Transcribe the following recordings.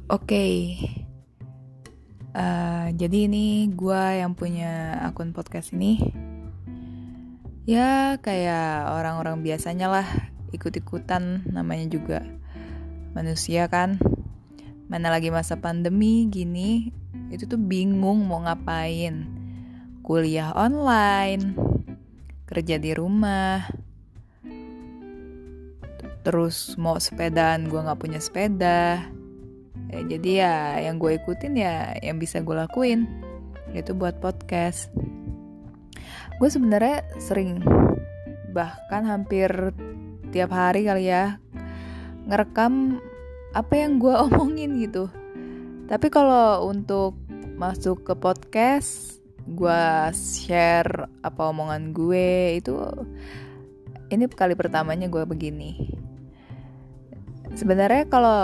Oke, jadi ini gue yang punya akun podcast ini. Ya kayak orang-orang biasanya lah, ikut-ikutan, namanya juga manusia kan. Mana lagi masa pandemi gini, itu tuh bingung mau ngapain. Kuliah online, kerja di rumah, terus mau sepedaan gue gak punya sepeda. Jadi ya yang gue ikutin ya yang bisa gue lakuin, yaitu buat podcast. Gue sebenarnya sering, bahkan hampir tiap hari kali ya, ngerekam apa yang gue omongin gitu. Tapi kalau untuk masuk ke podcast, gue share apa omongan gue itu, ini kali pertamanya gue begini. Sebenarnya kalau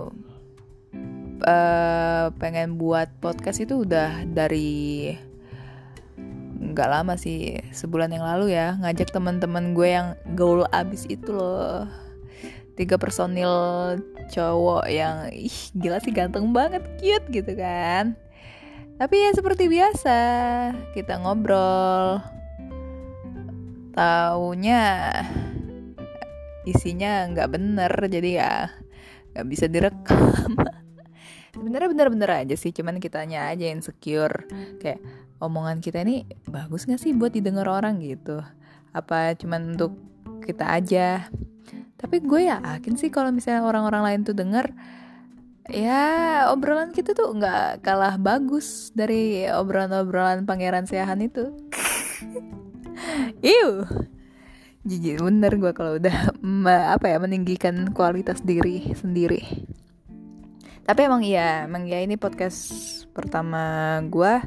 pengen buat podcast itu udah dari nggak lama sih, sebulan yang lalu ya, ngajak teman-teman gue yang gaul abis itu loh, 3 personil cowok yang gila sih, ganteng banget, cute gitu kan. Tapi ya seperti biasa, kita ngobrol, taunya isinya nggak bener, jadi ya nggak bisa direkam. Sebenarnya bener-bener aja sih, cuman kitanya aja insecure, kayak omongan kita ini bagus gak sih buat didengar orang gitu, apa cuman untuk kita aja. Tapi gue yakin sih kalau misalnya orang-orang lain tuh denger, ya obrolan kita tuh gak kalah bagus dari obrolan-obrolan Pangeran Seahan itu. Iu, jijik bener gue kalau udah meninggikan kualitas diri sendiri. Tapi emang ya ini podcast pertama gue.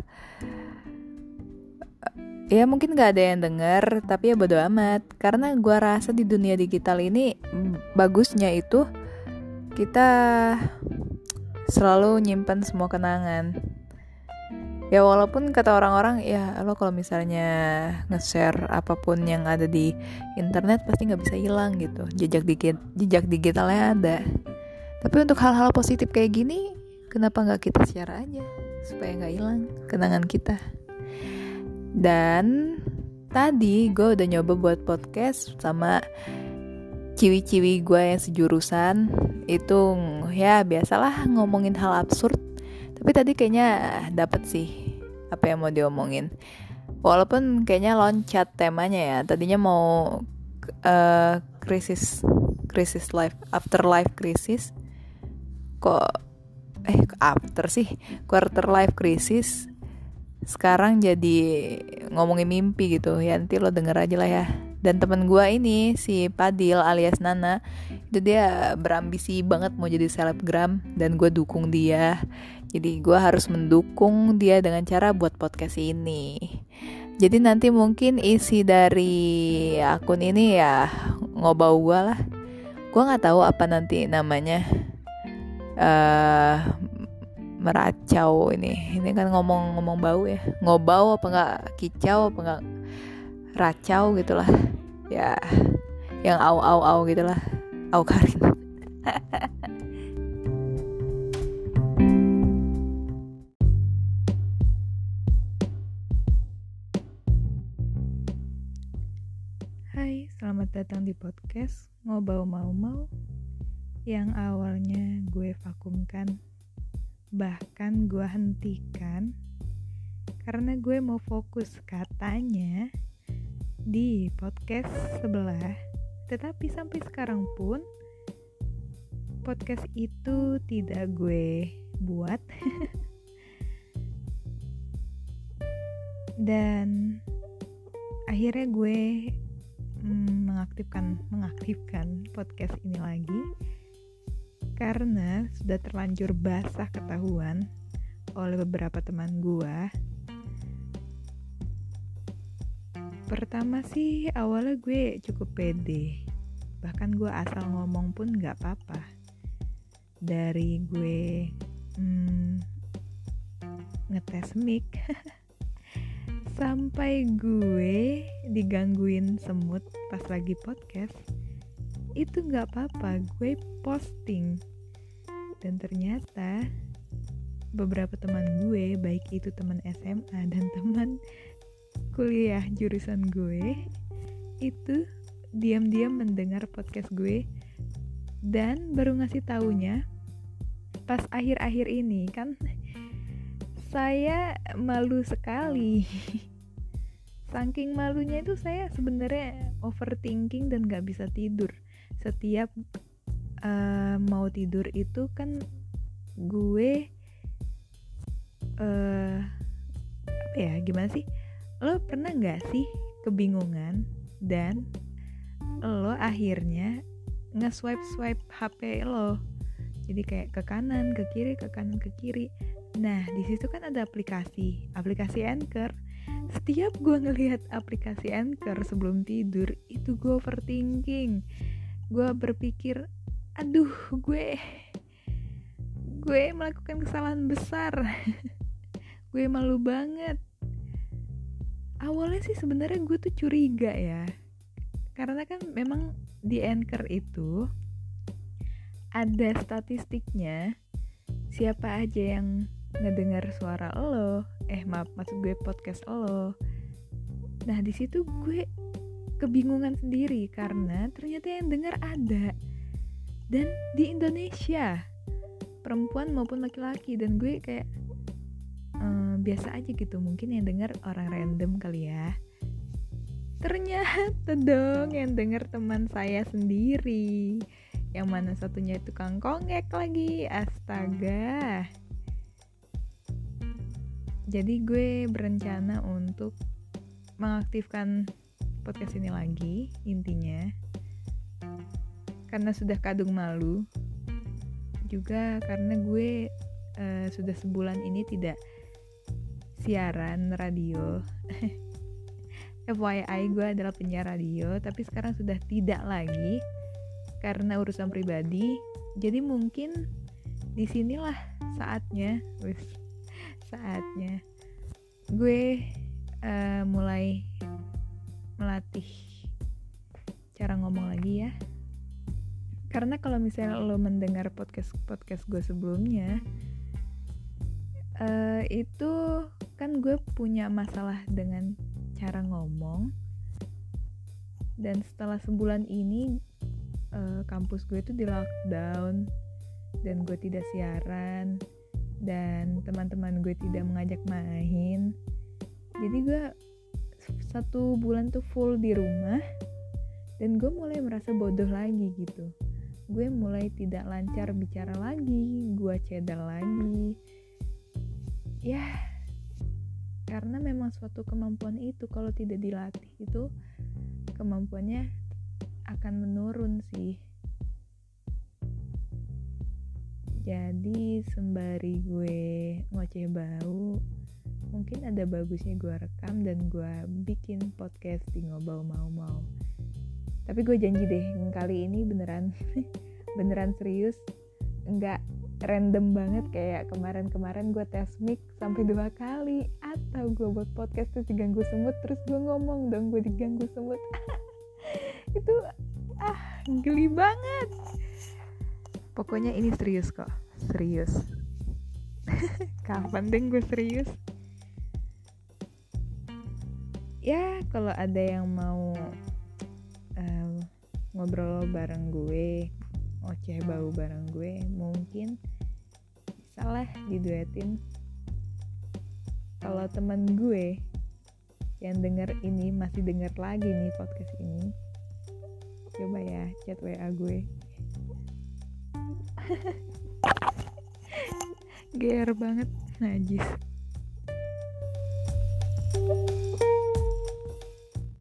Ya mungkin gak ada yang denger, tapi ya bodo amat. Karena gue rasa di dunia digital ini bagusnya itu kita selalu nyimpan semua kenangan. Ya walaupun kata orang-orang, ya lo kalau misalnya nge-share apapun yang ada di internet pasti gak bisa hilang gitu, jejak digitalnya ada. Tapi untuk hal-hal positif kayak gini, kenapa gak kita share aja supaya gak hilang kenangan kita. Dan tadi gue udah nyoba buat podcast sama ciwi-ciwi gue yang sejurusan. Itu ya biasalah ngomongin hal absurd, tapi tadi kayaknya dapet sih apa yang mau diomongin. Walaupun kayaknya loncat temanya ya. Tadinya mau krisis life, after life crisis. Quarter life crisis. Sekarang jadi ngomongin mimpi gitu. Ya nanti lo denger aja lah ya. Dan temen gue ini, si Padil alias Nana, itu dia berambisi banget mau jadi selebgram, dan gue dukung dia. Jadi gue harus mendukung dia dengan cara buat podcast ini. Jadi nanti mungkin isi dari akun ini ya ngobau gue lah. Gue gak tahu apa nanti namanya, meracau ini kan ngomong bau ya, ngobau apa nggak, kicau apa nggak, racau gitulah ya, yang au gitulah, au Karin. Hai, selamat datang di podcast Ngobau Mau yang awalnya gue vakumkan, bahkan gue hentikan karena gue mau fokus katanya di podcast sebelah. Tetapi sampai sekarang pun podcast itu tidak gue buat. Dan akhirnya gue mengaktifkan podcast ini lagi karena sudah terlanjur basah ketahuan oleh beberapa teman gue. Pertama sih awalnya gue cukup pede, bahkan gue asal ngomong pun gak apa-apa. Dari gue ngetes mic sampai gue digangguin semut pas lagi podcast, itu gak apa-apa, gue posting. Dan ternyata beberapa teman gue, baik itu teman SMA dan teman kuliah jurusan gue, itu diam-diam mendengar podcast gue dan baru ngasih taunya pas akhir-akhir ini. Kan saya malu sekali. Saking malunya itu saya sebenarnya overthinking dan gak bisa tidur. Setiap mau tidur itu kan gue gimana sih? Lo pernah gak sih kebingungan dan lo akhirnya nge-swipe HP lo? Jadi kayak ke kanan, ke kiri, ke kanan, ke kiri. Nah, di situ kan ada aplikasi Anchor. Setiap gue ngelihat aplikasi Anchor sebelum tidur, itu gue overthinking. Gue berpikir, aduh, gue melakukan kesalahan besar. Gue malu banget. Awalnya sih sebenarnya gue tuh curiga ya, karena kan memang di Anchor itu ada statistiknya siapa aja yang ngedengar suara lo, maksud gue podcast lo. Nah di situ gue kebingungan sendiri karena ternyata yang dengar ada, dan di Indonesia, perempuan maupun laki-laki. Dan gue kayak biasa aja gitu, mungkin yang dengar orang random kali ya. Ternyata dong yang dengar teman saya sendiri, yang mana satunya tukang kongek lagi, astaga. Jadi gue berencana untuk mengaktifkan podcast ini lagi, intinya karena sudah kadung malu, juga karena gue sudah sebulan ini tidak siaran radio. FYI, gue adalah penyiar radio, tapi sekarang sudah tidak lagi karena urusan pribadi. Jadi mungkin disinilah saatnya gue mulai melatih cara ngomong lagi ya. Karena kalau misalnya lo mendengar podcast gue sebelumnya, itu kan gue punya masalah dengan cara ngomong. Dan setelah sebulan ini kampus gue itu di lockdown dan gue tidak siaran dan teman-teman gue tidak mengajak main. Jadi gue 1 bulan tuh full di rumah dan gue mulai merasa bodoh lagi gitu. Gue mulai tidak lancar bicara lagi, gue cedal lagi. Ya, karena memang suatu kemampuan itu kalau tidak dilatih itu kemampuannya akan menurun sih. Jadi sembari gue ngoceh bau, mungkin ada bagusnya gue rekam dan gue bikin podcast di Ngobau Mau. Tapi gue janji deh, kali ini beneran serius, nggak random banget kayak kemarin gue tes mic sampai 2 kali, atau gue buat podcast terus diganggu semut, terus gue ngomong dong gue diganggu semut. Itu geli banget. Pokoknya ini serius kok, serius. Kapan deh gue serius? Ya kalau ada yang mau ngobrol bareng gue, ngoceh bau bareng gue, mungkin bisalah diduetin. Kalau teman gue yang denger ini masih denger lagi nih podcast ini, coba ya chat WA gue. GR banget, najis.